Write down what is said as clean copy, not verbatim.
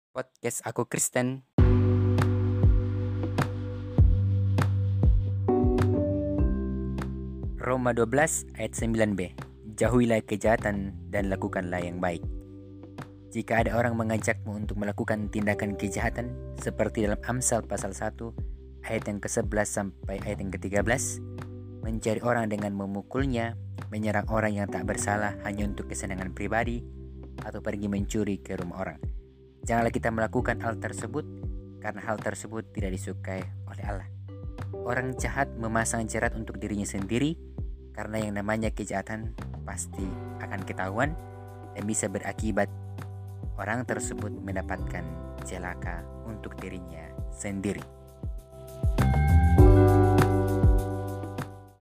Podcast Aku Kristen. Roma 12 ayat 9b. Jauhilah kejahatan dan lakukanlah yang baik. Jika ada orang mengajakmu untuk melakukan tindakan kejahatan seperti dalam Amsal pasal 1 ayat yang ke-11 sampai ayat yang ke-13, mencari orang dengan memukulnya, menyerang orang yang tak bersalah hanya untuk kesenangan pribadi, atau pergi mencuri ke rumah orang, janganlah kita melakukan hal tersebut, karena hal tersebut tidak disukai oleh Allah. Orang jahat memasang jerat untuk dirinya sendiri, karena yang namanya kejahatan pasti akan ketahuan dan bisa berakibat orang tersebut mendapatkan celaka untuk dirinya sendiri.